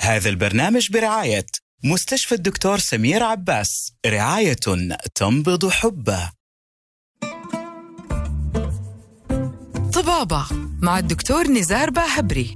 هذا البرنامج برعاية مستشفى الدكتور سمير عباس، رعاية تنبض حبه. طبابة مع الدكتور نزار باهبري.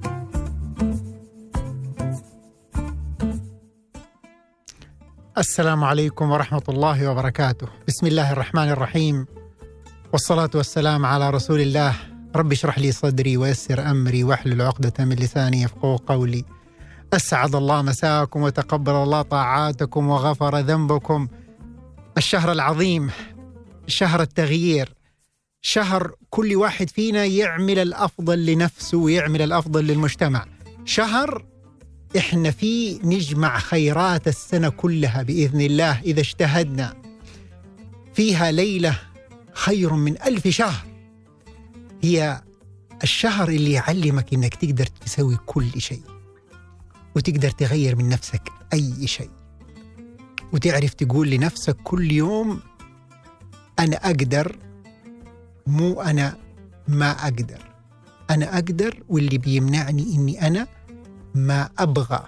السلام عليكم ورحمة الله وبركاته. بسم الله الرحمن الرحيم، والصلاة والسلام على رسول الله. رب اشرح لي صدري ويسر أمري واحلل عقدة من لساني يفقهوا قولي. أسعد الله مساءكم وتقبل الله طاعاتكم وغفر ذنبكم. الشهر العظيم، شهر التغيير، شهر كل واحد فينا يعمل الأفضل لنفسه ويعمل الأفضل للمجتمع. شهر إحنا فيه نجمع خيرات السنة كلها بإذن الله إذا اجتهدنا. فيها ليلة خير من 1000 شهر. هي الشهر اللي يعلمك إنك تقدر تسوي كل شيء، وتقدر تغير من نفسك أي شيء، وتعرف تقول لنفسك كل يوم أنا أقدر، مو أنا ما أقدر. أنا أقدر، واللي بيمنعني إني أنا ما أبغى.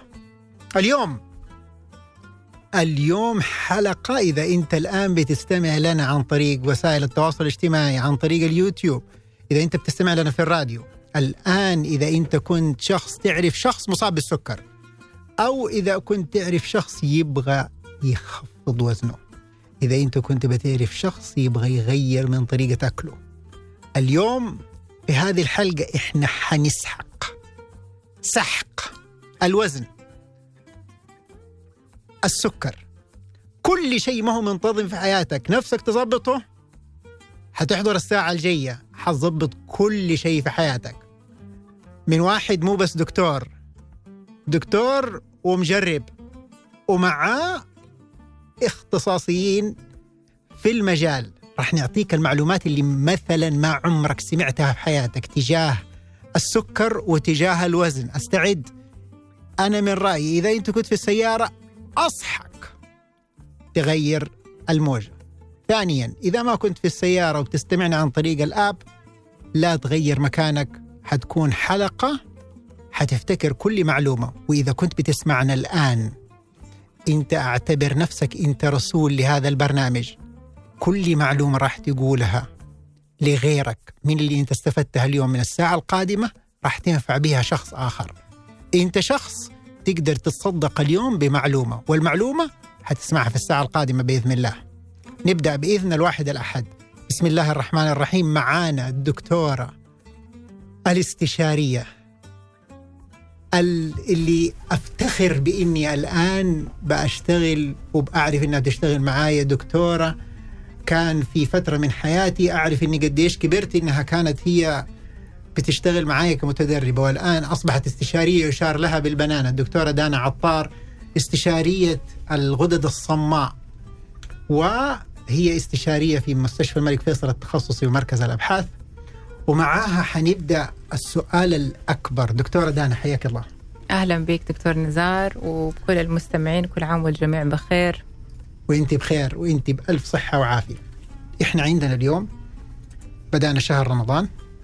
اليوم حلقة، إذا أنت الآن بتستمع لنا عن طريق وسائل التواصل الاجتماعي، عن طريق اليوتيوب، إذا أنت بتستمع لنا في الراديو الآن، إذا أنت كنت شخص تعرف شخص مصاب بالسكر، أو إذا كنت تعرف شخص يبغى يخفض وزنه، إذا أنت كنت بتعرف شخص يبغى يغير من طريقة أكله، اليوم في هذه الحلقة إحنا حنسحق الوزن، السكر، كل شيء ما هو منتظم في حياتك نفسك تضبطه. حتحضر الساعة الجاية حتضبط كل شيء في حياتك، من واحد مو بس دكتور ومجرب، ومعاه اختصاصيين في المجال. راح نعطيك المعلومات اللي مثلا ما عمرك سمعتها في حياتك تجاه السكر وتجاه الوزن. استعد. أنا من رأيي إذا أنت كنت في السيارة أصحك تغير الموجة. ثانيا، إذا ما كنت في السيارة وبتستمعنا عن طريق الآب، لا تغير مكانك، حتكون حلقة حتفتكر كل معلومة. وإذا كنت بتسمعنا الآن، أنت أعتبر نفسك أنت رسول لهذا البرنامج. كل معلومة راح تقولها لغيرك من اللي أنت استفدتها اليوم من الساعة القادمة راح تنفع بها شخص آخر. أنت شخص تقدر تتصدق اليوم بمعلومة، والمعلومة حتسمعها في الساعة القادمة بإذن الله. نبدأ بإذن الواحد الأحد. بسم الله الرحمن الرحيم. معانا الدكتورة الاستشارية اللي أفتخر بإني الآن بأشتغل وبأعرف إنها تشتغل معايا. دكتورة كان في فترة من حياتي أعرف إني قديش كبرت إنها كانت هي بتشتغل معايا كمتدربة، والآن أصبحت استشارية يشار لها بالبنانة. الدكتورة دانا عطار، استشارية الغدد الصماء، وهي استشارية في مستشفى الملك فيصل التخصصي ومركز الأبحاث. ومعاها حنبدأ السؤال الأكبر. دكتورة دانا حياك الله. أهلا بك دكتور نزار وكل المستمعين، كل عام والجميع بخير. وإنتي بخير وإنتي بألف صحة وعافية. إحنا عندنا اليوم بدأنا شهر رمضان،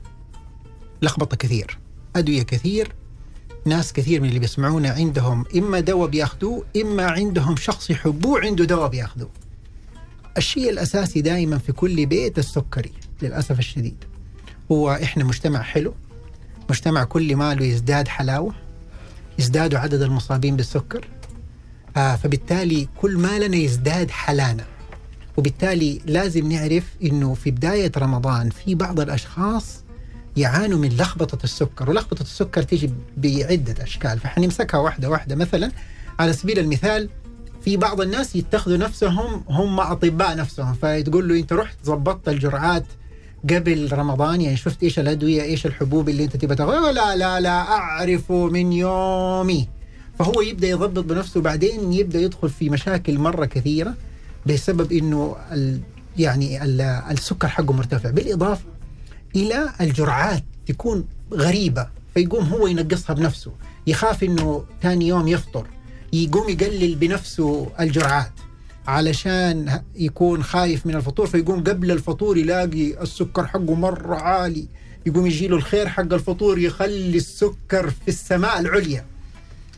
لخبطة كثير، أدوية كثير، ناس كثير من اللي بيسمعونا عندهم إما دواء بياخدوه، إما عندهم شخص يحبوه عنده دواء بياخدوه. الشيء الأساسي دائما في كل بيت السكري للأسف الشديد. هو إحنا مجتمع حلو، مجتمع كل ماله يزداد حلاوة، يزداد عدد المصابين بالسكر، فبالتالي كل مالنا يزداد حلانا. وبالتالي لازم نعرف إنه في بداية رمضان في بعض الأشخاص يعانوا من لخبطة السكر، ولخبطة السكر تيجي بعدة أشكال، فحنمسكها واحدة واحدة. مثلا على سبيل المثال، في بعض الناس يتخذوا نفسهم هم أطباء نفسهم، فتقول له أنت رحت ضبطت الجرعات قبل رمضان، يعني شفت إيش الأدوية إيش الحبوب اللي أنت تبغى تاخذها؟ لا أعرفه من يومي. فهو يبدأ يضبط بنفسه، بعدين يبدأ يدخل في مشاكل مرة كثيرة بسبب إنه السكر حقه مرتفع، بالإضافة إلى الجرعات تكون غريبة، فيقوم هو ينقصها بنفسه، يخاف إنه ثاني يوم يفطر، يقوم يقلل بنفسه الجرعات علشان يكون خايف من الفطور، فيقوم قبل الفطور يلاقي السكر حقه مرة عالي، يقوم يجيله الخير حق الفطور يخلي السكر في السماء العليا.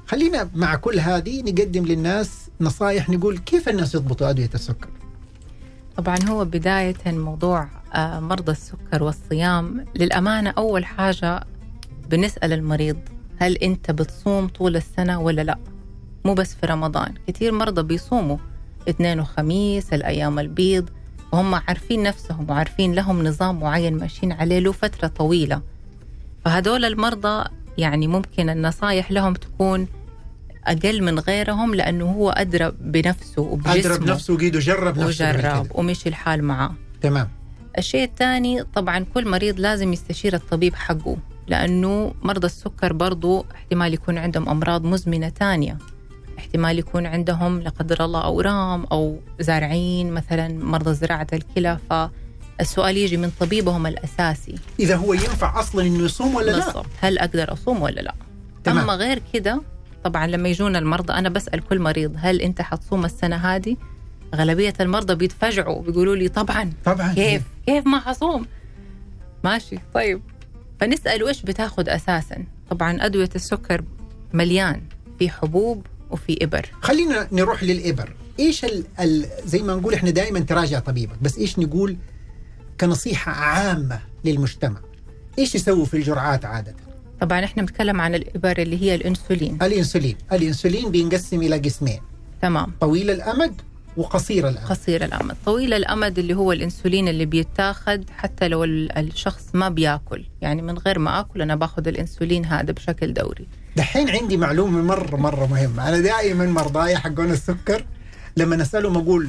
خلينا مع كل هذه نقدم للناس نصائح، نقول كيف الناس يضبطوا أدوية السكر. طبعا هو بداية موضوع مرضى السكر والصيام، للأمانة أول حاجة بنسأل المريض هل أنت بتصوم طول السنة ولا لا؟ مو بس في رمضان، كتير مرضى بيصوموا اثنين وخميس الأيام البيض، وهم عارفين نفسهم وعارفين لهم نظام معين ماشيين عليه له فترة طويلة. فهدول المرضى يعني ممكن النصائح لهم تكون أقل من غيرهم، لأنه هو أدرى بنفسه وبجسمه، أدرى بنفسه وقيده جرب نفسه وجرب ومشي الحال معاه. تمام. الشيء الثاني طبعا كل مريض لازم يستشير الطبيب حقه، لأنه مرضى السكر برضو احتمال يكون عندهم أمراض مزمنة تانية، احتمال يكون عندهم لا قدر الله أورام أو زارعين مثلا مرضى زراعة الكلى، فالسؤال يجي من طبيبهم الأساسي إذا هو ينفع أصلا إنه يصوم ولا لا، هل أقدر أصوم ولا لا. تمام. أما غير كده طبعا لما يجون المرضى أنا بسأل كل مريض هل أنت حتصوم السنة هذه؟ غالبية المرضى بيتفاجئوا بيقولوا لي طبعا كيف ما حصوم. ماشي طيب، فنسأل وإيش بتاخد أساسا. طبعا أدوية السكر مليان في حبوب وفي إبر. خلينا نروح للإبر. إيش زي ما نقول إحنا دائما تراجع طبيبك، بس إيش نقول كنصيحة عامة للمجتمع، إيش يسووا في الجرعات عادة؟ طبعا إحنا بنتكلم عن الإبر اللي هي الإنسولين. الإنسولين بينقسم إلى قسمين. تمام. طويل الأمد وقصير الأمد. قصير الأمد. طويل الأمد اللي هو الإنسولين اللي بيتاخد حتى لو الشخص ما بياكل، يعني من غير ما أكل أنا باخد الإنسولين هذا بشكل دوري. دحين عندي معلومة مرة مهمة. أنا دائما مرضاي حقون السكر لما نسألهم أقول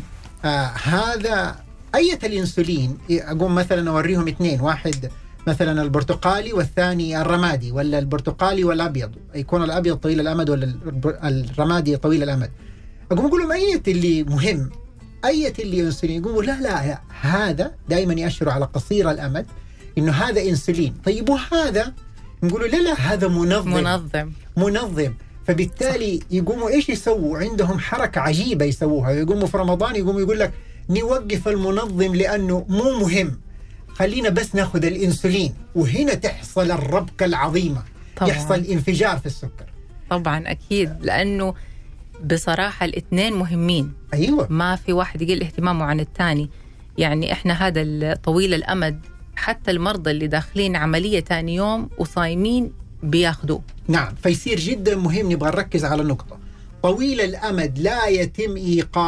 هذا أية الإنسولين، أقوم مثلا أوريهم اثنين، واحد مثلا البرتقالي والثاني الرمادي، ولا البرتقالي والأبيض، يكون الأبيض طويل الأمد ولا الرمادي طويل الأمد. أقول لهم أية اللي مهم، أية اللي إنسولين؟ يقولوا لا هذا دائما يأشروا على قصير الأمد إنه هذا إنسولين. طيب وهذا؟ نقولوا لا هذا منظم. فبالتالي يقوموا إيش يسووا؟ عندهم حركة عجيبة يسووها، يقوموا في رمضان يقوموا يقول لك نوقف المنظم لأنه مو مهم، خلينا بس ناخذ الإنسولين، وهنا تحصل الربكة العظيمة. طبعاً. يحصل انفجار في السكر. طبعا أكيد، لأنه بصراحة الاثنين مهمين. أيوة. ما في واحد يقل اهتمامه عن الثاني. يعني إحنا هذا طويل الأمد حتى المرضى اللي داخلين عملية تاني يوم وصايمين بياخدوه. نعم. فيصير جدا مهم، نبغى نركز على نقطة. طويل الأمد لا يتم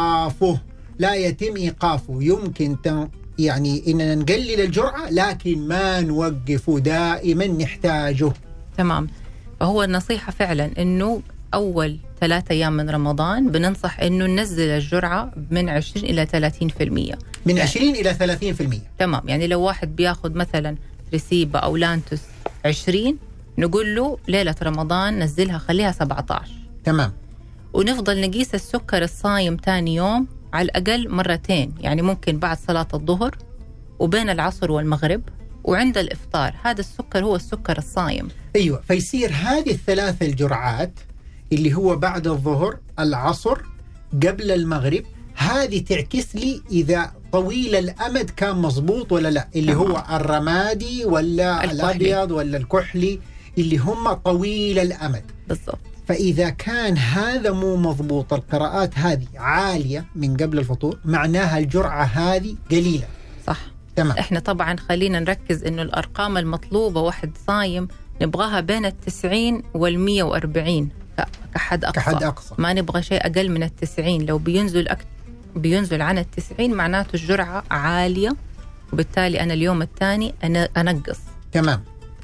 إيقافه. يمكن يعني إننا نقلل الجرعة لكن ما نوقفه، دائما نحتاجه. تمام. فهو النصيحة فعلا إنه أول 3 أيام من رمضان بننصح إنه ننزل الجرعة من 20 إلى 30%. من 20 إلى 30%. تمام. يعني لو واحد بياخد مثلا ريسيبا أو لانتوس 20، نقول له ليلة رمضان نزلها خليها 17. تمام. ونفضل نقيس السكر الصايم تاني يوم على الأقل مرتين، يعني ممكن بعد صلاة الظهر وبين العصر والمغرب وعند الإفطار. هذا السكر هو السكر الصايم. أيوة. فيصير هذه الثلاث الجرعات اللي هو بعد الظهر، العصر، قبل المغرب، هذه تعكس لي إذا طويل الأمد كان مضبوط ولا لا، اللي هو الرمادي ولا الأبيض ولا الكحلي، اللي هم طويل الأمد. بالضبط. فإذا كان هذا مو مضبوط، القراءات هذه عالية من قبل الفطور، معناها الجرعة هذه قليلة. صح. تمام. إحنا طبعا خلينا نركز إنه الأرقام المطلوبة واحد صايم نبغاها بين 90 و140 كحد أقصى. ما نبغى شيء أقل من 90. لو بينزل عن 90 معناته الجرعة عالية، وبالتالي أنا اليوم الثاني أنا أنقص. تمام.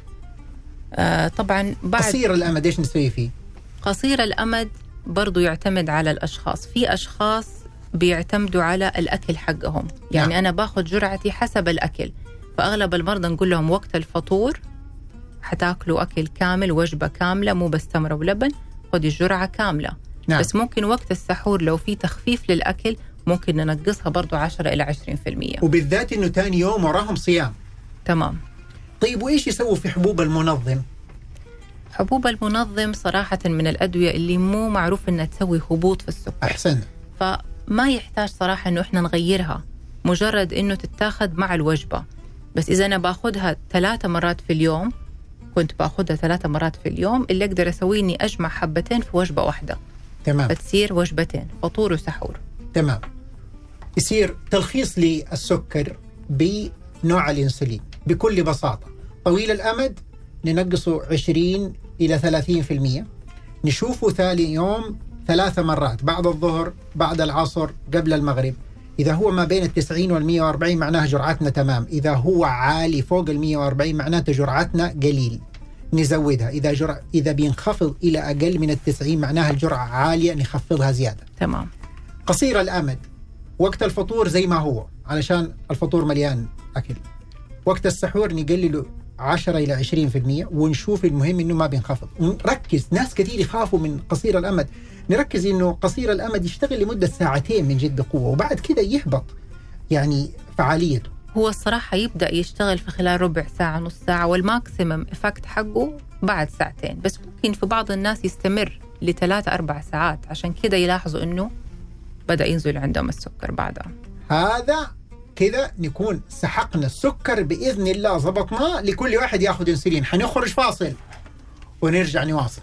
طبعا بعد قصير الأمد إيش نسوي فيه؟ قصير الأمد برضو يعتمد على الأشخاص. في أشخاص بيعتمدوا على الأكل حقهم، يعني نعم. أنا باخد جرعتي حسب الأكل. فأغلب المرضى نقول لهم وقت الفطور حتاكلوا أكل كامل، وجبة كاملة، مو بس تمر ولبن، خدي الجرعة كاملة. نعم. بس ممكن وقت السحور لو في تخفيف للأكل ممكن ننقصها برضو 10 إلى 20%، وبالذات إنه تاني يوم وراهم صيام. تمام. طيب وإيش يسووا في حبوب المنظم؟ حبوب المنظم صراحة من الأدوية اللي مو معروف إنها تسوي هبوط في السكر. أحسن. فما يحتاج صراحة إنه إحنا نغيرها، مجرد إنه تتاخد مع الوجبة. بس إذا أنا باخدها 3 مرات في اليوم كنت باخذها 3 مرات في اليوم، اللي أقدر أسويه إني أجمع حبتين في وجبة واحدة. تمام. فتصير وجبتين، فطور وسحور. تمام. يصير تلخيص للسكر بنوع الإنسولين بكل بساطة. طويل الأمد ننقصه 20 إلى 30%، نشوفه ثاني يوم 3 مرات، بعد الظهر، بعد العصر، قبل المغرب. إذا هو ما بين 90 وال140 معناها جرعتنا تمام. إذا هو عالي فوق ال140 معناته جرعتنا قليل، نزودها. إذا بينخفض إلى أقل من 90 معناها الجرعة عالية، نخفضها زيادة. تمام. قصير الأمد وقت الفطور زي ما هو، علشان الفطور مليان أكل. وقت السحور نقلله 10 إلى 20%، ونشوف المهم إنه ما بينخفض. ونركز، ناس كثير يخافوا من قصير الأمد، نركز إنه قصير الأمد يشتغل لمدة 2 ساعات من جد بقوة، وبعد كده يهبط يعني فعاليته. هو الصراحة يبدأ يشتغل في خلال ربع ساعة، نص ساعة، والماكسيمم إفكت حقه بعد 2 ساعات، بس ممكن في بعض الناس يستمر ل3-4 ساعات، عشان كده يلاحظوا إنه بدأ ينزل عندهم السكر بعدها. هذا كده نكون سحقنا السكر بإذن الله، ضبطناه. لكل واحد ياخذ انسولين. حنخرج فاصل ونرجع نواصل.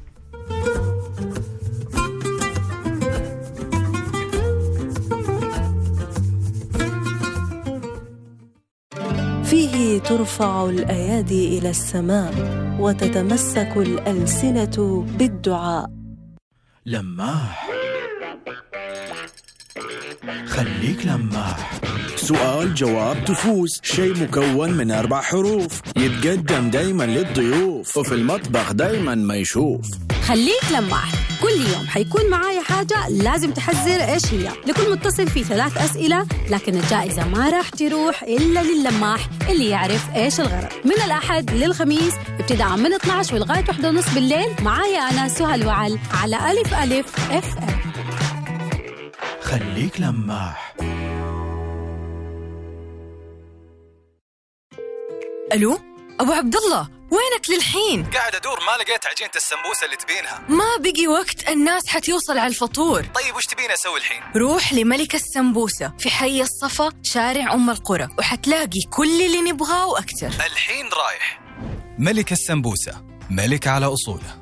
فيه ترفع الأيادي إلى السماء وتتمسك الألسنة بالدعاء. لماح، خليك لماح. سؤال جواب تفوز. شيء مكون من 4 حروف، يتقدم دايما للضيوف، وفي المطبخ دايما ما يشوف. خليك لماح. كل يوم حيكون معايا حاجة لازم تحذر إيش هي. لكل متصل في 3 أسئلة، لكن الجائزة ما راح تروح إلا للماح اللي يعرف إيش الغرض. من الأحد للخميس ابتداء من 12 ولغاية 1:30 بالليل، معايا أنا سهى الوعل على ألف ألف FM. خليك لماح. ألو أبو عبد الله، وينك للحين؟ قاعد أدور، ما لقيت عجينة السمبوسة اللي تبينها. ما بقي وقت، الناس حتوصل على الفطور. طيب وش تبين أسوي الحين؟ روح لملك السمبوسة في حي الصفا شارع أم القرى، وحتلاقي كل اللي نبغاه وأكتر. الحين رايح. ملك السمبوسة، ملك على أصوله.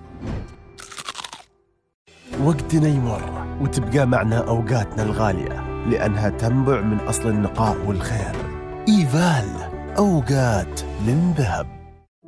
وقتنا يمر وتبقى معنا أوقاتنا الغالية، لأنها تنبع من أصل النقاء والخير. إيفال، أوقات من ذهب.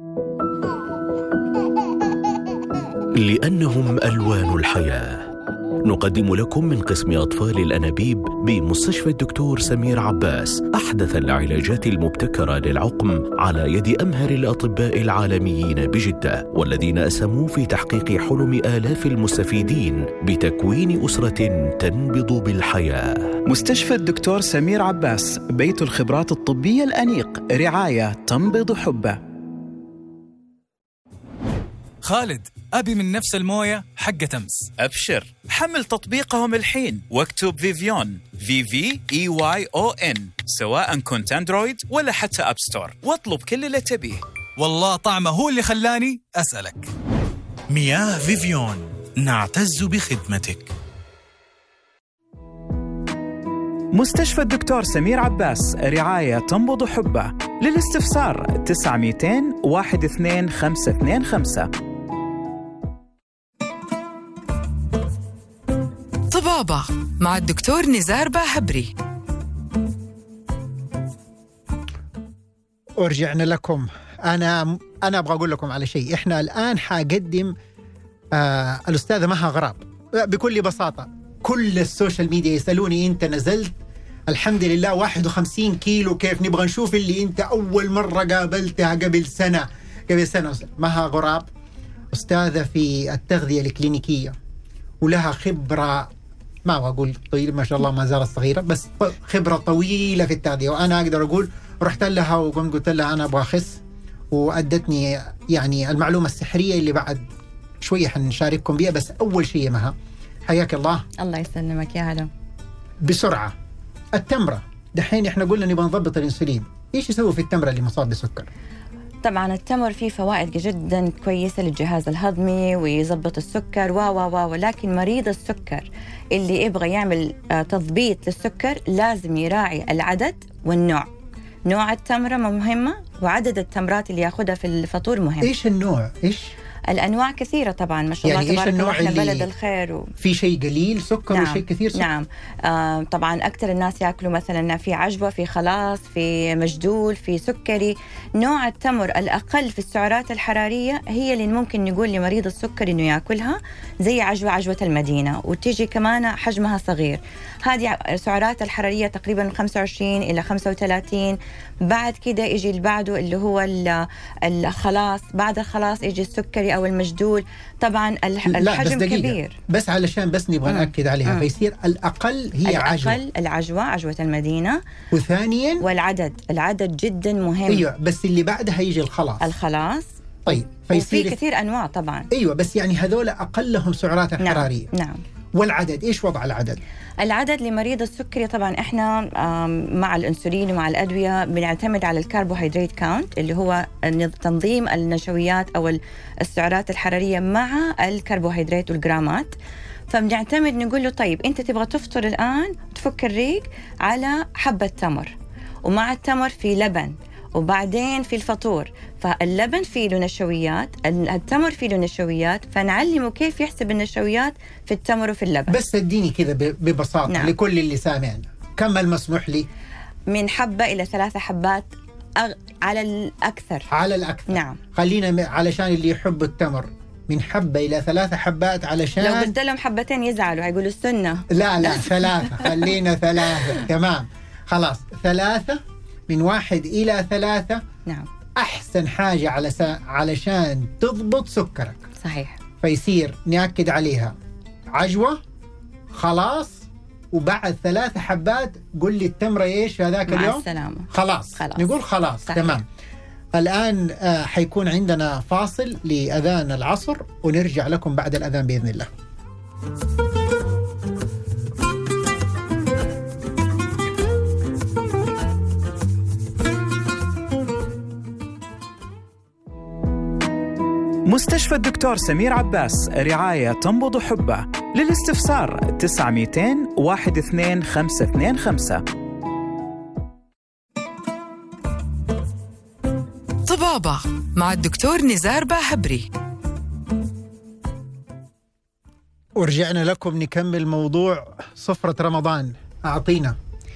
لأنهم ألوان الحياة، نقدم لكم من قسم أطفال الأنابيب بمستشفى الدكتور سمير عباس أحدث العلاجات المبتكرة للعقم على يد أمهر الأطباء العالميين بجدة، والذين أسهموا في تحقيق حلم آلاف المستفيدين بتكوين أسرة تنبض بالحياة. مستشفى الدكتور سمير عباس، بيت الخبرات الطبية الأنيق، رعاية تنبض حبه. خالد، أبي من نفس الموية حق تمس. أبشر، حمل تطبيقهم الحين واكتب فيفيون VVEYON، سواء كنت أندرويد ولا حتى أب ستور، واطلب كل اللي تبيه. والله طعمه هو اللي خلاني أسألك. مياه فيفيون، نعتز بخدمتك. مستشفى الدكتور سمير عباس، رعاية تنبض حبه. للاستفسار 900 12 525. طبابة مع الدكتور نزار باهبري. ورجعنا لكم. أنا أبغى أقول لكم على شيء. إحنا الآن حقدم الأستاذة مها غراب بكل بساطة. كل السوشيال ميديا يسألوني أنت نزلت الحمد لله 51 كيلو، كيف؟ نبغى نشوف اللي أنت أول مرة قابلتها قبل سنة. مها غراب أستاذة في التغذية الكلينيكية، ولها خبرة، ما أقول طويلة، ما شاء الله ما زالت صغيرة، بس خبرة طويلة في التغذية. وأنا أقدر أقول رحت لها وقلت لها أنا أبغى أخس، وأدتني يعني المعلومة السحرية اللي بعد شوية حنشارككم بيها. بس أول شيء مها، حياك الله. الله يسلمك يا هلا. بسرعة، التمرة دحين إحنا قلنا نبغى نضبط الإنسولين، إيش يسوي في التمرة اللي مصاب بسكر؟ طبعا التمر فيه فوائد جدا كويسة للجهاز الهضمي ويضبط السكر ولكن مريض السكر اللي يبغى يعمل تضبيط للسكر لازم يراعي العدد والنوع. نوع التمرة مهمة، وعدد التمرات اللي ياخدها في الفطور مهم. إيش النوع؟ إيش؟ الأنواع كثيرة طبعا، ما شاء الله يعني تبارك الله، إحنا اللي بلد الخير في شيء قليل سكر، نعم. وشيء كثير سكر. نعم. طبعا أكثر الناس يأكلوا مثلا في عجوة، في خلاص، في مجدول، في سكري. نوع التمر الأقل في السعرات الحرارية هي اللي ممكن نقول لمريض السكر إنه يأكلها، زي عجوة المدينة، وتيجي كمان حجمها صغير. هذه السعرات الحرارية تقريبا من 25 إلى 35. بعد كده يجي اللي بعده اللي هو الخلاص، بعد الخلاص يجي السكري أو المجدول. طبعا الحجم كبير. بس علشان بس نبغى نأكد عليها، فيصير الأقل هي الأقل عجوة المدينة، وثانيا العدد جدا مهم. أيوة، بس اللي بعدها يجي الخلاص. طيب، فيصير في كثير أنواع طبعا. أيوة، بس يعني هذول أقلهم سعرات حرارية. نعم. والعدد إيش وضع العدد لمريض السكري طبعا إحنا مع الأنسولين ومع الأدوية بنعتمد على الكربوهيدرات كاونت، اللي هو تنظيم النشويات أو السعرات الحرارية مع الكربوهيدرات والجرامات. فبنعتمد نقول له طيب أنت تبغى تفطر الآن وتفك الريق على حبة تمر، ومع التمر في لبن، وبعدين في الفطور، فاللبن فيه له نشويات، التمر فيه له نشويات، فنعلمه كيف يحسب النشويات في التمر وفي اللبن. بس اديني كذا ببساطة. نعم. لكل اللي سامعنا، كم المسموح لي؟ من حبة إلى 3 حبات على الأكثر. نعم. خلينا علشان اللي يحب التمر من حبة إلى 3 حبات، علشان لو قلت لهم حبتين يزعلوا، هيقولوا السنة. لا 3 خلينا 3. تمام، خلاص 3، من 1 إلى 3. نعم. أحسن حاجة علشان تضبط سكرك. صحيح. فيصير نأكد عليها عجوة، خلاص، وبعد 3 حبات قل لي التمرة إيش هذاك اليوم؟ مع السلامة. خلاص. نقول خلاص. صحيح. تمام. الآن حيكون عندنا فاصل لأذان العصر، ونرجع لكم بعد الأذان بإذن الله. مستشفى الدكتور سمير عباس، رعاية تنبض حبة. للاستفسار 900-12-525. طبابة مع الدكتور نزار باهبري. ورجعنا لكم نكمل موضوع سفرة رمضان. أعطينا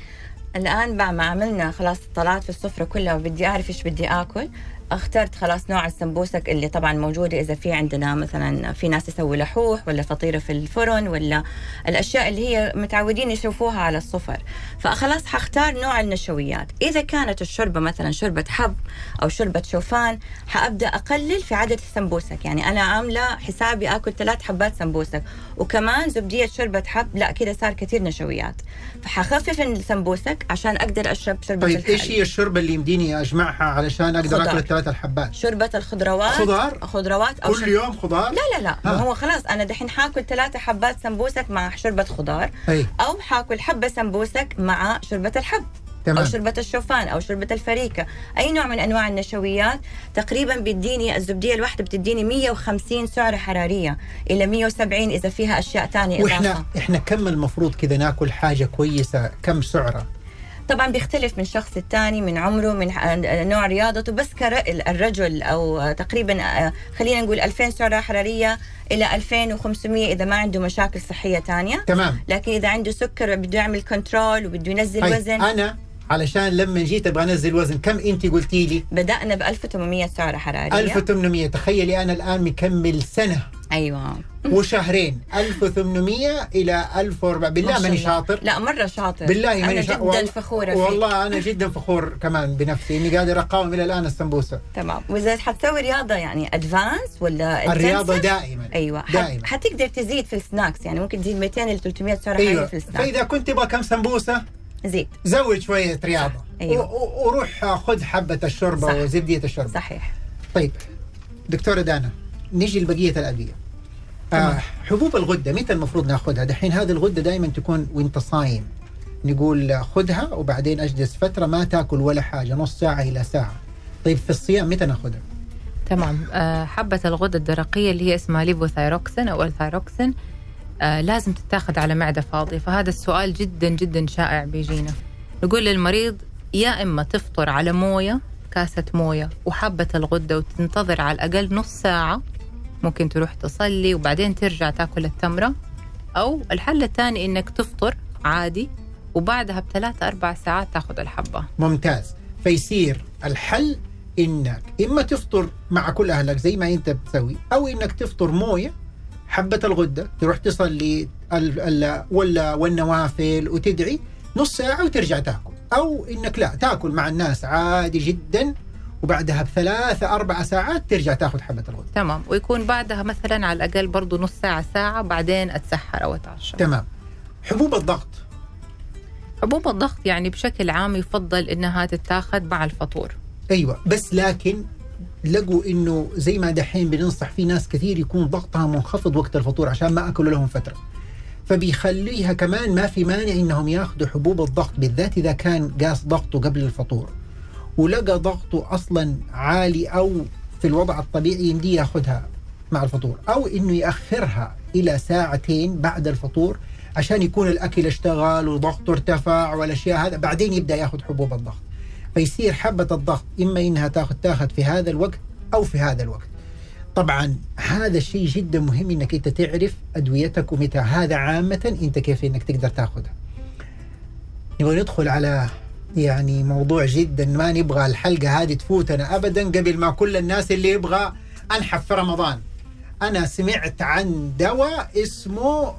الآن بعد ما عملنا خلاص طلعت في السفرة كلها وبدي أعرف إيش بدي أكل، اخترت خلاص نوع السمبوسك اللي طبعا موجودة. إذا في عندنا مثلا في ناس يسوي لحوح ولا فطيرة في الفرن ولا الأشياء اللي هي متعودين يشوفوها على الصفر، فخلاص حختار نوع النشويات. إذا كانت الشوربة مثلا شوربة حب أو شوربة شوفان، حأبدأ أقلل في عدد السمبوسك. يعني أنا عاملة حسابي أكل 3 حبات سمبوسك وكمان زبدية شوربة حب، لا كده صار كتير نشويات، فحخفف السمبوسك عشان أقدر أشرب شوربة. طيب إيش هي الشوربة اللي يمديني أجمعها علشان أقدر أكل 3 الحبات؟ شوربة الخضروات. خضروات أو كل يوم خضار؟ لا هو خلاص أنا دحين حاكل 3 حبات سمبوسك مع شوربة خضار. أو حاكل حبة سمبوسك مع شوربة الحب. تمام. أو شوربة الشوفان أو شوربة الفريكة، أي نوع من أنواع النشويات. تقريبا بيديني الزبدية الواحدة بتديني 150 سعرة حرارية إلى 170 إذا فيها أشياء تانية إضافة. إحنا كم المفروض كذا ناكل حاجة كويسة، كم سعرة؟ طبعا بيختلف من شخص الثاني، من عمره، من نوع رياضته، بس الرجل أو تقريبا خلينا نقول 2000 سعرة حرارية إلى 2500 إذا ما عنده مشاكل صحية تانية. تمام. لكن إذا عنده سكر بده يعمل كنترول وبده ينزل وزن. أنا علشان لما جيت أبغى أنزل وزن، كم أنت قلتي لي؟ بدأنا ب 1800 سعرة حرارية. 1800. تخيلي أنا الآن مكمل سنة. أيوة. وشهرين 1800 إلى 1400. بالله ماني شاطر. لا مرة شاطر. بالله ماني شاطر. أنا جدا فخورة فيك. والله أنا جدا فخور كمان بنفسي إني قادر أقاوم إلى الآن السمبوسة. تمام. وإذا حتسوي رياضة يعني أدفانس ولا الرياضة دائما. أيوة. دائما. حتقدر تزيد في السناكس، يعني ممكن تزيد 200 إلى 300 سعرة حرارية في السناكس. فإذا كنت تبغى كم سمبوسة زود شوية رياضة. أيوة. وروح خذ حبة الشوربة. صح. وزبدية الشوربة. صحيح. طيب دكتورة دانا، نيجي لبقية الأدوية. حبوب الغدة متى المفروض ناخذها؟ دحين هذه الغدة دائما تكون وانت صايم، نقول خذها وبعدين اجلس فترة ما تاكل ولا حاجة، نص ساعة إلى ساعة. طيب في الصيام متى ناخذها؟ تمام. حبة الغدة الدرقية اللي هي اسمها ليفوثايروكسين أو الثايروكسين لازم تتاخذ على معدة فاضية. فهذا السؤال جدا جدا شائع بيجينا. نقول للمريض يا إما تفطر على موية، كاسة موية وحبة الغدة، وتنتظر على الأقل نص ساعة، ممكن تروح تصلي وبعدين ترجع تاكل التمرة. أو الحل الثاني إنك تفطر عادي وبعدها ب3-4 ساعات تاخذ الحبة. ممتاز. فيصير الحل إنك إما تفطر مع كل أهلك زي ما أنت بتسوي، أو إنك تفطر موية حبة الغدة، تروح تصلي والنوافل وتدعي نص ساعة وترجع تاكل. أو إنك لا تاكل مع الناس عادي جدا وبعدها ب3-4 ساعات ترجع تاخذ حبة الغدة. تمام. ويكون بعدها مثلا على الأقل برضو نص ساعة بعدين أتسحر أو أتعشى. تمام. حبوب الضغط. حبوب الضغط يعني بشكل عام يفضل إنها تتاخذ مع الفطور. أيوة، بس لكن لقوا إنه زي ما دحين بننصح في ناس كثير يكون ضغطها منخفض وقت الفطور عشان ما أكلوا لهم فترة، فبيخليها كمان ما في مانع إنهم ياخذوا حبوب الضغط، بالذات إذا كان قاس ضغطه قبل الفطور ولقى ضغطه أصلا عالي أو في الوضع الطبيعي يمدي ياخذها مع الفطور، أو إنه يأخرها إلى 2 ساعة بعد الفطور عشان يكون الأكل اشتغل وضغطه ارتفع والأشياء هذا، بعدين يبدأ ياخذ حبوب الضغط. فيصير حبة الضغط إما إنها تاخذ في هذا الوقت أو في هذا الوقت. طبعا هذا الشيء جدا مهم إنك أنت تعرف أدويتك ومتى، هذا عامة أنت كيف إنك تقدر تاخذها. نبغى ندخل على يعني موضوع جدا ما نبغى الحلقة هذه تفوتنا أبدا قبل ما كل الناس اللي يبغى أنحف في رمضان. أنا سمعت عن دواء اسمه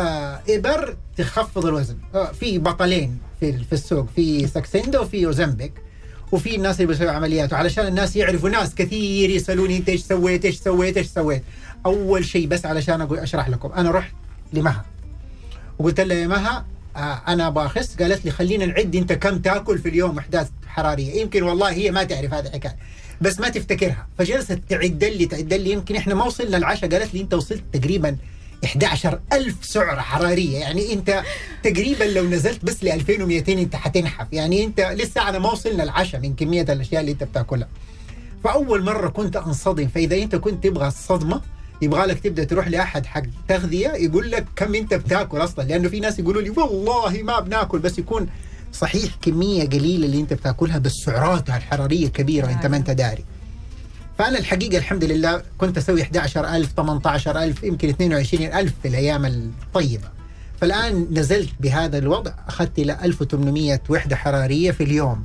إبر تخفض الوزن، في بطلين في السوق، في ساكسيندا وفي يوزمبيك، وفي الناس اللي بيسوي عمليات، وعلشان الناس يعرفوا، ناس كثير يسألوني انت ايش سويت. اول شيء بس علشان اقول اشرح لكم، انا رحت لمها وقلت لها يا مها انا باخس، قالت لي خلينا نعد انت كم تاكل في اليوم وحدات حراريه. يمكن والله هي ما تعرف هذه الحكايه بس ما تفتكرها، فجلست تعد لي يمكن احنا ما وصلنا العشاء، قالت لي انت وصلت تقريبا 11,000 سعرة حرارية، يعني أنت تقريبا لو نزلت بس ل 2200 أنت حتنحف، يعني أنت لسه أنا ما وصلنا العشاء من كمية الأشياء اللي أنت بتاكلها. فأول مرة كنت أنصدم. فإذا أنت كنت تبغى الصدمة يبغى لك تبدأ تروح لأحد حق تغذية يقول لك كم أنت بتاكل أصلا، لأنه في ناس يقولوا لي والله ما بناكل، بس يكون صحيح كمية قليلة اللي أنت بتاكلها بس سعراتها الحرارية كبيرة وأنت ما أنت داري. فأنا الحقيقة الحمد لله كنت أسوي 11,000 18,000 يمكن 22,000 في الأيام الطيبة. فالآن نزلت بهذا الوضع، أخذت إلى 1800 وحدة حرارية في اليوم،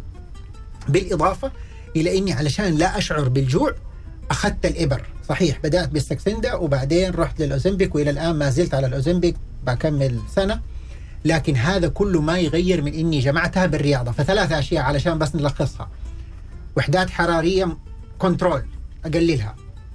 بالإضافة إلى إني علشان لا أشعر بالجوع أخذت الإبر. صحيح بدأت بالساكسيندا وبعدين رحت للأوزمبيك، وإلى الآن ما زلت على الأوزمبيك بكمل سنة، لكن هذا كله ما يغير من إني جمعتها بالرياضة. فثلاث أشياء علشان بس نلخصها: وحدات حرارية كنترول أقللها،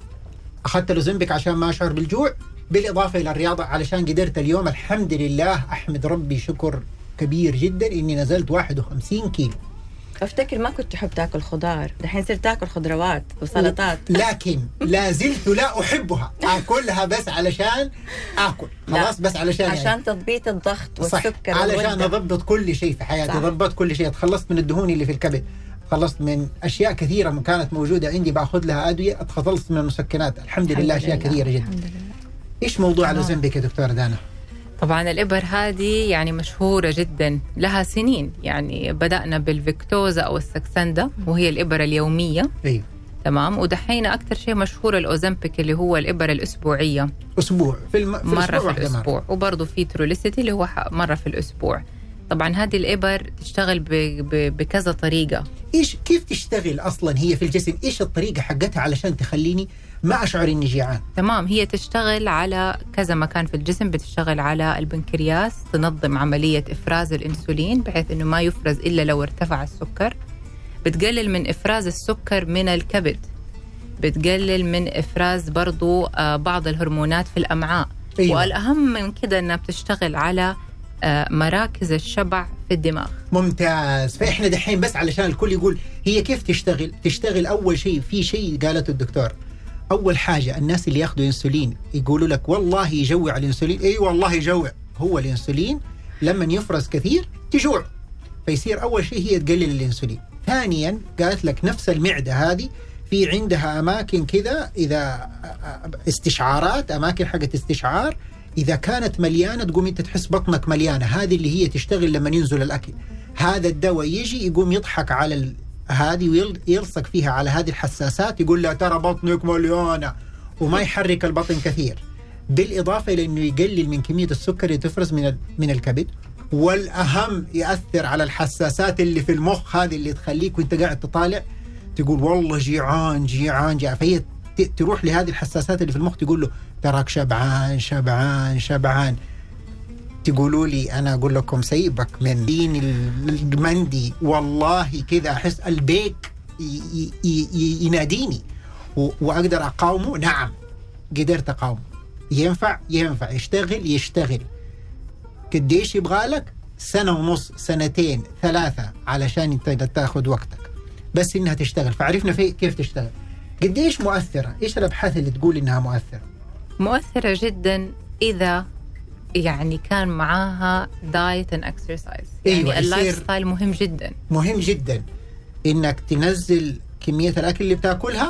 أخذت الأوزمبيك عشان ما أشعر بالجوع، بالإضافة إلى الرياضة علشان قدرت اليوم الحمد لله أحمد ربي شكر كبير جدا إني نزلت 51 كيلو. أفتكر ما كنت تحب تاكل خضار، دحين صرت تاكل خضروات وسلطات. لكن لا زلت لا أحبها، أكلها بس علشان أكل خلاص، بس علشان يعني تضبيط الضغط والسكر علشان أضبط كل شيء في حياتي. ضبط كل شيء، تخلصت من الدهون اللي في الكبد، تخلصت من أشياء كثيرة كانت موجودة عندي باخذ لها أدوية، اتخلصت من المسكنات الحمد لله، أشياء كثيرة جدا. إيش موضوع الأوزمبيك يا دكتور دانا؟ طبعا الإبر هذه يعني مشهورة جدا لها سنين، يعني بدأنا بالفيكتوزا أو الساكسندا وهي الإبر اليومية. أيوه تمام. ودحين أكثر شيء مشهور الأوزمبيك اللي هو الإبر الأسبوعية، أسبوع في مرة في الأسبوع، وبرضه في تروليسيتي اللي هو مرة في الأسبوع. طبعا هذه الإبر تشتغل بكذا طريقة. كيف تشتغل أصلا هي في الجسم؟ إيش الطريقة حقتها علشان تخليني ما أشعر إني جيعان؟ تمام. هي تشتغل على كذا مكان في الجسم، بتشتغل على البنكرياس، تنظم عملية إفراز الأنسولين بحيث إنه ما يفرز إلا لو ارتفع السكر، بتقلل من إفراز السكر من الكبد، بتقلل من إفراز برضو بعض الهرمونات في الأمعاء. أيوة. والأهم من كده إنها بتشتغل على مراكز الشبع في الدماغ. ممتاز. فإحنا دحين بس علشان الكل يقول هي كيف تشتغل أول شيء في شيء قالته الدكتور. أول حاجة الناس اللي ياخدوا إنسولين يقولوا لك والله يجوع الإنسولين. أي والله يجوع، هو الإنسولين لما يفرز كثير تجوع، فيصير أول شيء هي تقلل الإنسولين. ثانيا قالت لك نفس المعدة هذه في عندها أماكن كذا، إذا استشعارات، أماكن حقت استشعار، إذا كانت مليانة تقوم أنت تحس بطنك مليانة، هذه اللي هي تشتغل لما ينزل الأكل. هذا الدواء يجي يقوم يضحك على هذه ويلصق فيها على هذه الحساسات، يقول لها ترى بطنك مليانة، وما يحرك البطن كثير، بالإضافة إلى أنه يقلل من كمية السكر اللي تفرز من الكبد، والأهم يأثر على الحساسات اللي في المخ هذه اللي تخليك وانت قاعد تطالع تقول والله جيعان جيعان جيعان، فهي تروح لهذه الحساسات اللي في المخ تقول له تراك شبعان شبعان شبعان. تقولوا لي أنا أقول لكم سيبك من دين المندي، والله كذا أحس البيك يناديني وأقدر أقاومه. نعم قدرت أقاومه. ينفع يشتغل. قديش يبغالك؟ 1.5 سنة 2 3 علشان انت تاخذ وقتك، بس انها تشتغل. فعرفنا كيف تشتغل. قديش مؤثرة؟ ايش الابحاث اللي تقول انها مؤثرة؟ مؤثرة جدا اذا يعني كان معاها دايت اند اكسرسايز. يعني اللايف ستايل مهم جدا انك تنزل كمية الاكل اللي بتاكلها،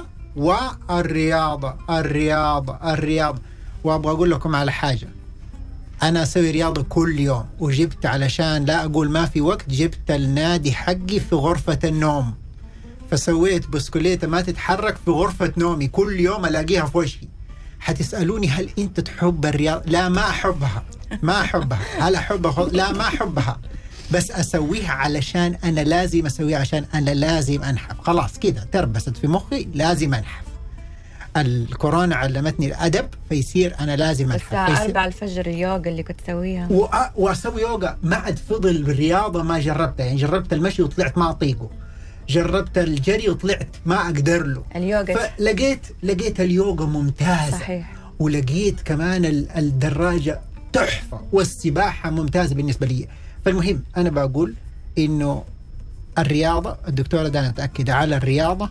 والرياضة. وابغى اقول لكم على حاجة، أنا أسوي رياضة كل يوم، وجبت علشان لا أقول ما في وقت، جبت النادي حقي في غرفة النوم، فسويت بسكوليتة ما تتحرك في غرفة نومي، كل يوم ألاقيها في وجهي. حتسألوني هل أنت تحب الرياضة؟ لا ما أحبها. هل أحبها؟ لا ما أحبها، بس أسويها علشان أنا لازم أسويها، عشان أنا لازم أنحف. خلاص كده تربست في مخي لازم أنحف. الكورونا علمتني الأدب، فيصير أنا لازم أنحف. الساعة 4 الفجر اليوغا اللي كنت أسويها وأسوي يوغا. ما عاد فضل بالرياضة ما جربتها، يعني جربت المشي وطلعت ما أطيقه، جربت الجري وطلعت ما أقدر له. اليوغا لقيت اليوغا ممتازة. صحيح. ولقيت كمان الدراجة تحفة، والسباحة ممتازة بالنسبة لي. فالمهم أنا بقول إنه الرياضة، الدكتورة دانا تأكد على الرياضة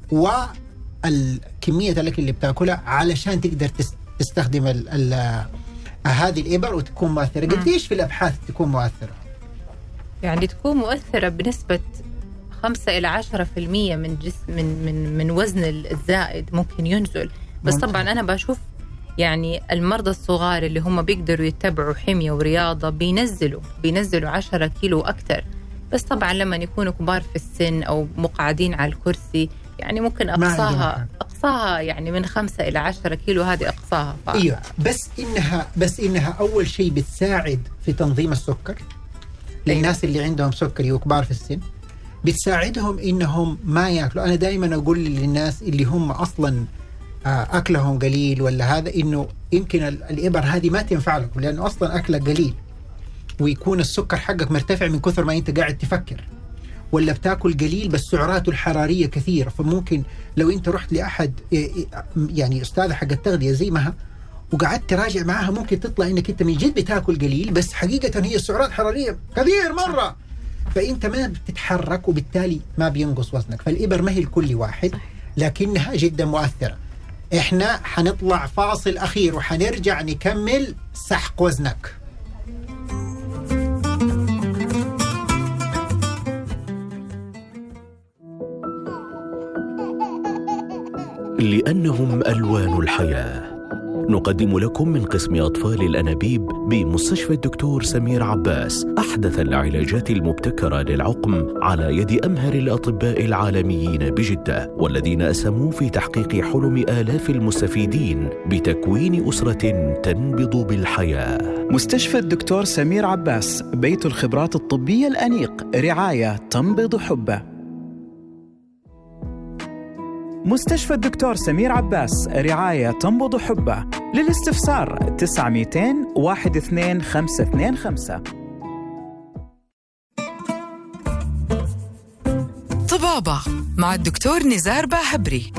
والكمية الأكل اللي بتاكلها علشان تقدر تستخدم هذه الإبر وتكون مؤثرة. قديش في الأبحاث تكون مؤثرة؟ يعني تكون مؤثرة بنسبة 5 إلى 10% من جسم من وزن الزائد ممكن ينزل. بس طبعا أنا بشوف يعني المرضى الصغار اللي هم بيقدروا يتبعوا حمية ورياضة بينزلوا 10 كيلو أكتر. بس طبعا لما يكونوا كبار في السن أو مقعدين على الكرسي يعني ممكن أقصاها يعني من 5 إلى 10 كيلو، هذه أقصاها. أيوة، بس إنها أول شيء بتساعد في تنظيم السكر للناس اللي عندهم سكري وكبار في السن، بتساعدهم إنهم ما يأكلوا. أنا دائما أقول للناس اللي هم أصلا أكلهم قليل ولا هذا، إنه يمكن الإبر هذه ما تنفع لكم، لأنه أصلا أكلك قليل ويكون السكر حقك مرتفع من كثر ما أنت قاعد تفكر، ولا بتاكل قليل بس سعراته الحرارية كثيرة. فممكن لو أنت رحت لأحد يعني أستاذة حق التغذية زي مها وقعدت تراجع معها، ممكن تطلع إنك أنت من جد بتاكل قليل، بس حقيقة هي السعرات الحرارية كثير مرة، فأنت ما بتتحرك وبالتالي ما بينقص وزنك. فالإبر ما هي لكل واحد، لكنها جدا مؤثرة. إحنا حنطلع فاصل أخير وحنرجع نكمل سحق وزنك. لأنهم ألوان الحياة، نقدم لكم من قسم أطفال الأنابيب بمستشفى الدكتور سمير عباس أحدث العلاجات المبتكرة للعقم على يد أمهر الأطباء العالميين بجدة، والذين أسهموا في تحقيق حلم آلاف المستفيدين بتكوين أسرة تنبض بالحياة. مستشفى الدكتور سمير عباس، بيت الخبرات الطبية الأنيق، رعاية تنبض حبه. مستشفى الدكتور سمير عباس، رعاية تنبض حبه. للاستفسار 900 12525. طبابة مع الدكتور نزار باهبري.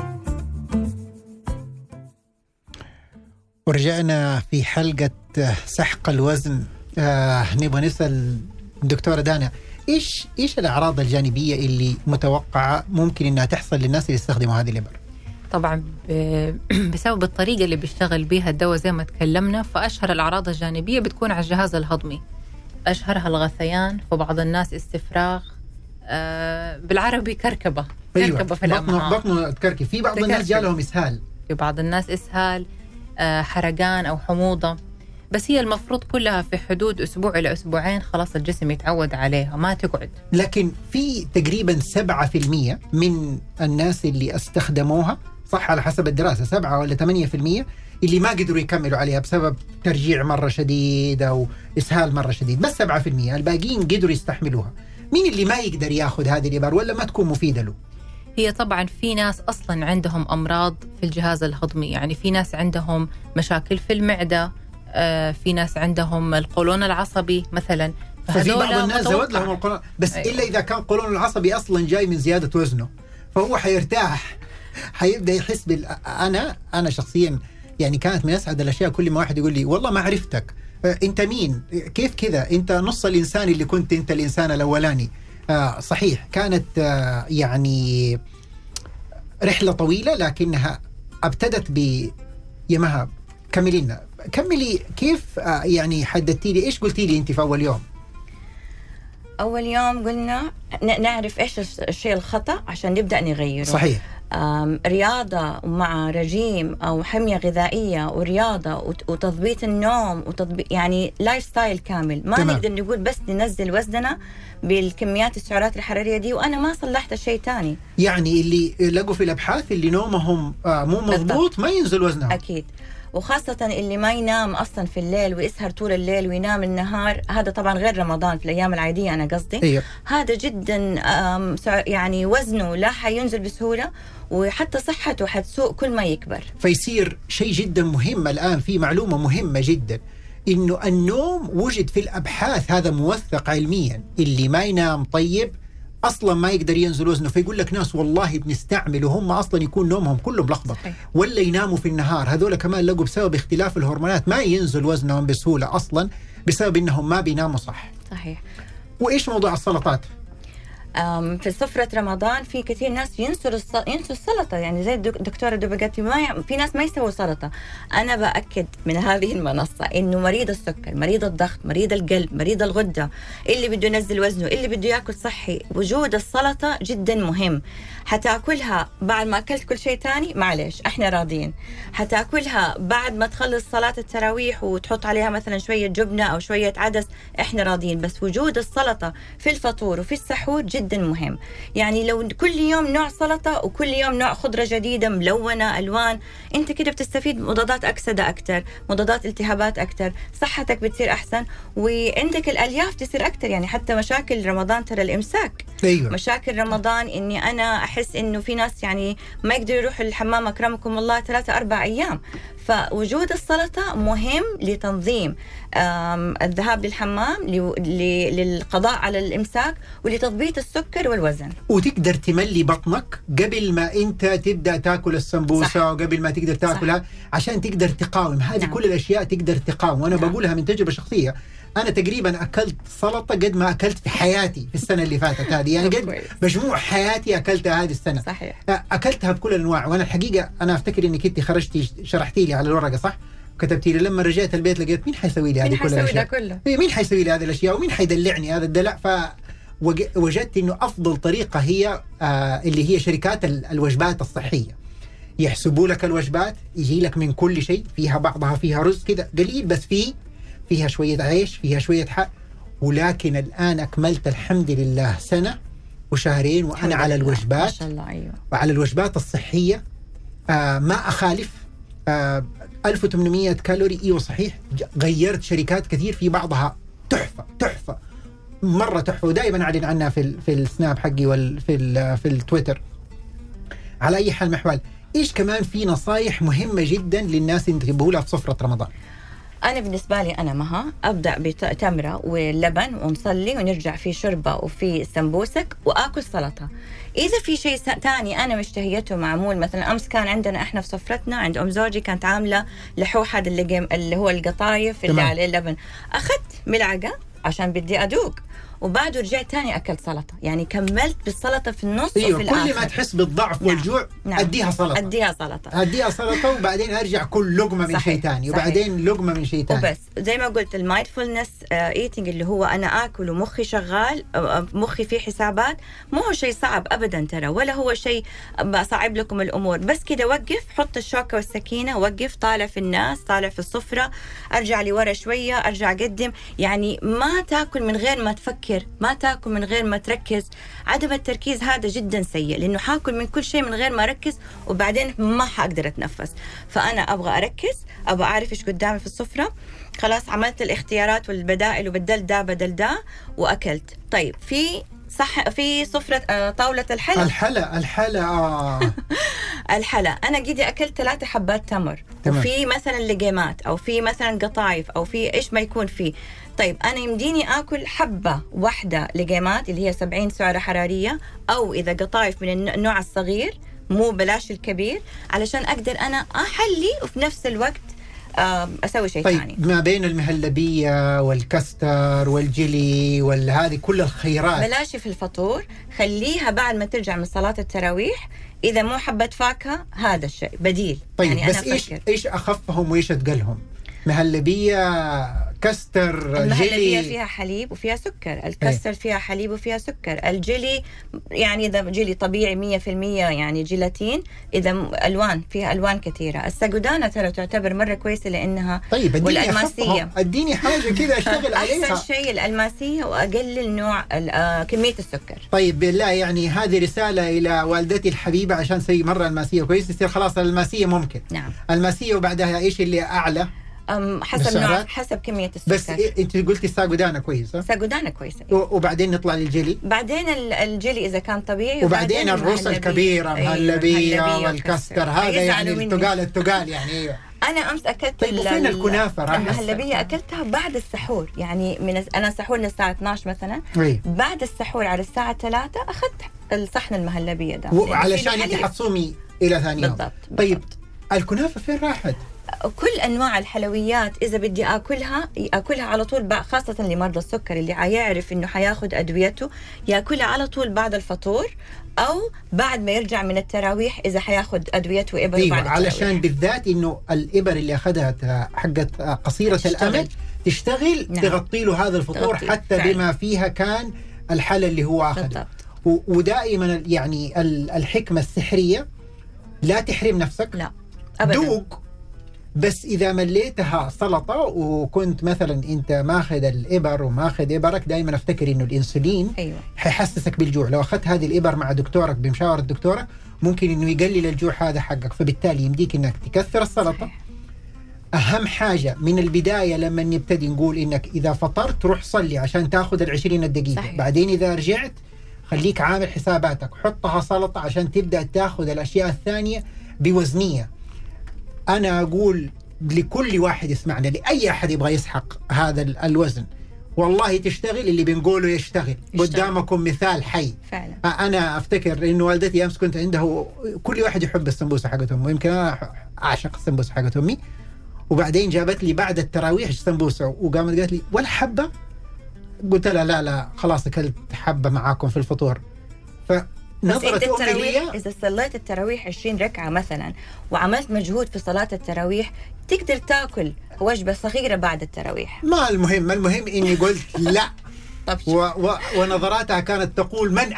ورجعنا في حلقة سحق الوزن. نبغى نسأل الدكتورة دانا، إيش الأعراض الجانبية اللي متوقعة ممكن إنها تحصل للناس اللي يستخدموا هذه الإبر؟ طبعا بسبب الطريقة اللي بيشتغل بيها الدواء زي ما تكلمنا، فأشهر الأعراض الجانبية بتكون على الجهاز الهضمي. أشهرها الغثيان، فبعض الناس استفراغ، بالعربي كركبة. أيوة. كركبة في الأمعاء، بطنه تكركب. في بعض الناس جالهم إسهال، في بعض الناس إسهال، حرقان أو حموضة. بس هي المفروض كلها في حدود أسبوع إلى أسبوعين خلاص الجسم يتعود عليها، ما تقعد. لكن في تقريبا 7% من الناس اللي استخدموها، صح على حسب الدراسة 7 ولا 8%، اللي ما قدروا يكملوا عليها بسبب ترجيع مرة شديد أو إسهال مرة شديد. بس 7%، الباقيين قدروا يستحملوها. مين اللي ما يقدر ياخذ هذه الإبر ولا ما تكون مفيدة له؟ هي طبعا في ناس أصلا عندهم أمراض في الجهاز الهضمي، يعني في ناس عندهم مشاكل في المعدة، في ناس عندهم القولون العصبي مثلا. ففي بعض الناس زود لهم القولون، بس أيوة. إلا إذا كان القولون العصبي أصلا جاي من زيادة وزنه، فهو حيرتاح، حيبدأ يحس أنا شخصيا يعني كانت من أسعد الأشياء كل ما واحد يقول لي والله ما عرفتك، أنت مين؟ كيف كذا؟ أنت نص الإنسان اللي كنت أنت الإنسان الأولاني. صحيح كانت يعني رحلة طويلة، لكنها ابتدت بيمها. كملي كيف يعني حددتي لي، إيش قلتي لي أنت في أول يوم؟ أول يوم قلنا نعرف إيش الشيء الخطأ عشان نبدأ نغيره. صحيح. رياضة مع رجيم أو حمية غذائية ورياضة وتضبيط النوم يعني لايف ستايل كامل. ما نقدر نقول بس ننزل وزننا بالكميات السعرات الحرارية دي وأنا ما صلحت شيء تاني. يعني اللي لقوا في الأبحاث اللي نومهم مو مضبوط ما ينزل وزنهم. أكيد، وخاصة اللي ما ينام أصلا في الليل ويسهر طول الليل وينام النهار، هذا طبعا غير رمضان، في الأيام العادية أنا قصدي. أيوه. هذا جدا يعني وزنه لا حينزل بسهولة وحتى صحته حتسوء كل ما يكبر. فيصير شيء جدا مهم. الآن في معلومة مهمة جدا، إنه النوم وجد في الأبحاث، هذا موثق علميا، اللي ما ينام طيب أصلا ما يقدر ينزل وزنه. فيقول لك ناس والله بنستعمل وهم أصلا يكون نومهم كله ملخبط، ولا يناموا في النهار. هذول كمان لقوا بسبب اختلاف الهرمونات ما ينزل وزنهم بسهولة أصلا بسبب إنهم ما بيناموا صح. صحيح. وإيش موضوع السلطات؟ في سفرة رمضان في كثير ناس ينسوا السلطة، يعني زي الدكتورة دوبقاتي في ناس ما يسووا سلطة. أنا بأكد من هذه المنصة إنه مريض السكر، مريض الضغط، مريض القلب، مريض الغدة، اللي بده ينزل وزنه، اللي بده يأكل صحي، وجود السلطة جدا مهم. حتاكلها بعد ما أكلت كل شيء تاني معلش إحنا راضين. حتاكلها بعد ما تخلص صلاة التراويح وتحط عليها مثلا شوية جبنة أو شوية عدس، إحنا راضين. بس وجود السلطة في الفطور وفي السحور جدا مهم. يعني لو كل يوم نوع سلطة وكل يوم نوع خضرة جديدة ملونة ألوان، أنت كده بتستفيد مضادات أكسدة أكتر، مضادات التهابات أكتر، صحتك بتصير أحسن، وعندك الألياف تصير أكتر. يعني حتى مشاكل رمضان ترى الإمساك. أيوة. مشاكل رمضان إني أنا أحس إنه في ناس يعني ما يقدروا يروحوا الحمام أكرمكم الله 3-4 أيام. فوجود السلطة مهم لتنظيم الذهاب للحمام، للقضاء على الإمساك، ولتضبيط السكر والوزن. وتقدر تملي بطنك قبل ما أنت تبدأ تاكل السمبوسة، وقبل ما تقدر تاكلها عشان تقدر تقاوم هذه. كل الأشياء تقدر تقاوم. وأنا بقولها من تجربة شخصية. أنا تقريبا أكلت سلطة قد ما أكلت في حياتي في السنة اللي فاتت هذه، يعني قد مجموع حياتي أكلتها هذه السنة. صحيح. أكلتها بكل الأنواع. وأنا الحقيقة أنا أفتكر إنك أنت خرجتي شرحتي لي على الورقة صح؟ كتبتي لي لما رجعت البيت لقيت مين حيسوي لي هذه كل الأشياء؟ مين حيسوي لي هذه الأشياء ومين حيدلعني هذا الدلع؟ فوجدت إنه أفضل طريقة هي اللي هي شركات الوجبات الصحية. يحسبوا لك الوجبات، يجي لك من كل شيء، فيها بعضها فيها رز كده قليل بس فيها شوية عيش، فيها شوية حق. ولكن الآن أكملت الحمد لله 1 وشهرين وأنا على الوجبات، ما شاء الله. أيوة. وعلى الوجبات الصحية ما أخالف. 1800 كالوري ايوه صحيح. غيرت شركات كثير، في بعضها تحفة مرة تحفة، ودائما أعلن عنها في السناب حقي في التويتر. على أي حال محوال، إيش كمان في نصايح مهمة جدا للناس ينتبهوا لها في سفرة رمضان؟ أنا بالنسبة لي أنا مها أبدأ بتمرة واللبن ونصلي ونرجع في شربة وفي سمبوسك وآكل سلطة. إذا في شيء تاني أنا مشتهيته معمول، مثلا أمس كان عندنا إحنا في سفرتنا عند أم زوجي كانت عاملة لحوحة اللي هو القطايف اللي عليه اللبن، أخذت ملعقة عشان بدي أدوق وبعده رجعت تاني أكلت سلطة، يعني كملت بالسلطة في النص. أيوة، وفي كل الآخر ما تحس بالضعف والجوع أديها سلطة وبعدين أرجع كل لقمة من شيء تاني وبعدين لقمة من شيء تاني. وبس زي ما قلت المايندفولنس ايتينج اللي هو أنا آكل ومخي شغال، مخي فيه حسابات، مو هو شيء صعب أبدا ترى، ولا هو شيء بصعب لكم الأمور، بس كده وقف، حط الشوكة والسكينة، وقف، طالع في الناس، طالع في السفرة، أرجع لي ورا شوية، أرجع أقدم. يعني ما تاكل من غير ما تفكر، ما تاكل من غير ما تركز. عدم التركيز هذا جدا سيء، لأنه حاكل من كل شيء من غير ما أركز وبعدين ما حقدر أتنفس. فأنا أبغى أركز، أبغى أعرف إيش قدامي في السفرة. خلاص عملت الاختيارات والبدائل وبدل ده بدل ده وأكلت. طيب في سفرة طاولة الحلا الحلا أنا جيدي أكلت 3 حبات تمر، وفي مثلا لقيمات أو في مثلا قطايف أو في إيش ما يكون فيه. طيب أنا يمديني أكل حبة واحدة لقيمات اللي هي 70 سعرة حرارية، أو إذا قطايف من النوع الصغير، مو بلاش الكبير، علشان أقدر أنا أحلي وفي نفس الوقت أسوي شيء ثاني. ما بين المهلبية والكستر والجيلي والهذه كل الخيرات بلاش في الفطور، خليها بعد ما ترجع من صلاة التراويح. إذا مو حبة فاكهة هذا الشيء بديل. طيب يعني بس أنا إيش أخفهم وإيش أتقلهم؟ مهلبية، كستر، المهلبية جيلي فيها حليب وفيها سكر، الكستر فيها حليب وفيها سكر، الجيلي يعني إذا جيلي طبيعي 100% يعني جيلاتين، إذا ألوان فيها ألوان كثيرة. السجودانة ترى تعتبر مرة كويسة لأنها طيب والألماسية. اديني حاجة كذا أشتغل عليها. أحسن شيء الألماسية وأقلل نوع كمية السكر. طيب بالله يعني هذه رسالة إلى والدتي الحبيبة عشان سوي مرة الماسية كويس، يصير خلاص الماسية ممكن. نعم. الماسية وبعدها إيش اللي أعلى؟ حسب نوع، حسب كمية السكر. بس انت قلتي الساجودانا كويسة. ساجودانا كويسة. وبعدين نطلع للجيلي. بعدين الجيلي إذا كان طبيعي. وبعدين الرز الكبيرة، مهلبية والكستر، هذا يعني التقال يعني. أيوه. أنا أمس أكلت. طيب فين الكنافة؟ المهلبية أكلتها بعد السحور، يعني أنا سحور الساعة 12 مثلا. بعد السحور على الساعة 3 أخذت الصحن المهلبية ده. وعلشان أنت حتصومي إلى ثاني يوم. بالضبط. طيب الكنافة فين راحت؟ كل أنواع الحلويات إذا بدي أكلها على طول، خاصة لمرضى السكر اللي يعرف إنه حياخد أدويته، يأكلها على طول بعد الفطور أو بعد ما يرجع من التراويح إذا حياخد أدويته إبر. أيوة، بعد التراويح. علشان بالذات إنه الإبر اللي أخذها حقت قصيرة الأمد تشتغل. نعم. تغطي له هذا الفطور حتى فعلا. بما فيها كان الحل اللي هو أخذه. ودائما يعني الحكمة السحرية لا تحرم نفسك. لا أبدا. دوق. بس إذا مليتها سلطة وكنت مثلا أنت ماخذ الإبر وماخذ إبرك، دائما أفتكر إنه الإنسولين حيحسسك بالجوع. لو أخذت هذه الإبر مع دكتورك بمشاورة الدكتورة ممكن إنه يقلل الجوع هذا حقك، فبالتالي يمديك إنك تكثر السلطة. أهم حاجة من البداية لما نبتدي نقول إنك إذا فطرت روح صلي عشان تاخذ 20 دقيقة. صحيح. بعدين إذا رجعت خليك عامل حساباتك، حطها سلطة عشان تبدأ تاخذ الأشياء الثانية بوزنية. أنا أقول لكل واحد يسمعنا، لأي أحد يبغى يسحق هذا الوزن، والله تشتغل اللي بنقوله يشتغل. قدامكم مثال حي فعلا. أنا أفتكر إنه والدتي أمس كنت عنده، كل واحد يحب السمبوسة حقت أمه، يمكن أنا أعشق السمبوسة حقت أمي، وبعدين جابت لي بعد التراويح سمبوسة وقامت قالت لي ولا حبة؟ قلت لها لا خلاص أكلت حبة معاكم في الفطور. نظرة أمي إذا صليت التراويح 20 ركعة مثلا وعملت مجهود في صلاة التراويح تقدر تاكل وجبة صغيرة بعد التراويح. ما المهم إني قلت لا. ونظراتها كانت تقول من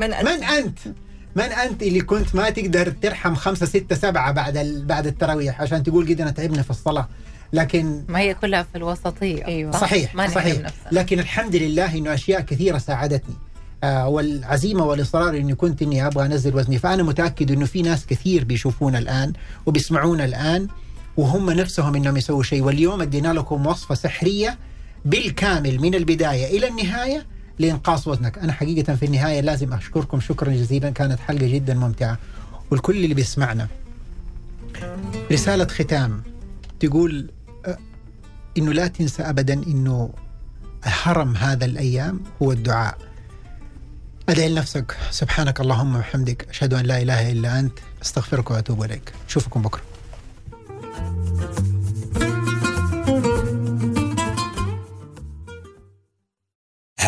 أنت اللي كنت ما تقدر ترحم 5 6 7 بعد التراويح عشان تقول قد تعبنا في الصلاة. لكن ما هي كلها في الوسطية. أيوة. صحيح. لكن الحمد لله إنه أشياء كثيرة ساعدتني، والعزيمة والإصرار إني كنت إني أبغى أنزل وزني. فأنا متأكد إنه في ناس كثير بيشوفونا الآن وبيسمعونا الآن وهم نفسهم إنهم يسووا شيء. واليوم أدينا لكم وصفة سحرية بالكامل من البداية إلى النهاية لإنقاص وزنك. أنا حقيقة في النهاية لازم أشكركم شكرا جزيلا، كانت حلقة جدا ممتعة. والكل اللي بيسمعنا رسالة ختام تقول إنه لا تنسى أبدا إنه هرم هذا الأيام هو الدعاء. أدعي لنفسك سبحانك اللهم وبحمدك أشهد أن لا إله إلا أنت أستغفرك وأتوب إليك. أشوفكم بكرة.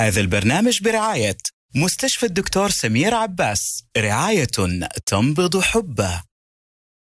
هذا البرنامج برعاية مستشفى الدكتور سمير عباس، رعاية تنبض حبه.